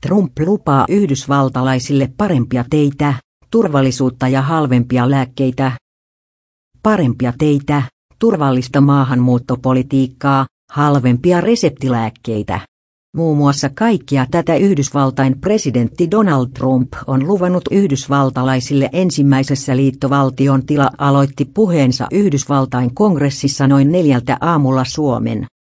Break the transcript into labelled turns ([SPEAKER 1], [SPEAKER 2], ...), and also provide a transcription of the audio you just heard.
[SPEAKER 1] Trump lupaa yhdysvaltalaisille parempia teitä, turvallisuutta ja halvempia lääkkeitä. Parempia teitä, turvallista maahanmuuttopolitiikkaa, halvempia reseptilääkkeitä. Muun muassa kaikkia tätä Yhdysvaltain presidentti Donald Trump on luvannut yhdysvaltalaisille ensimmäisessä liittovaltion tila aloitti puheensa Yhdysvaltain kongressissa noin 4 aamulla Suomen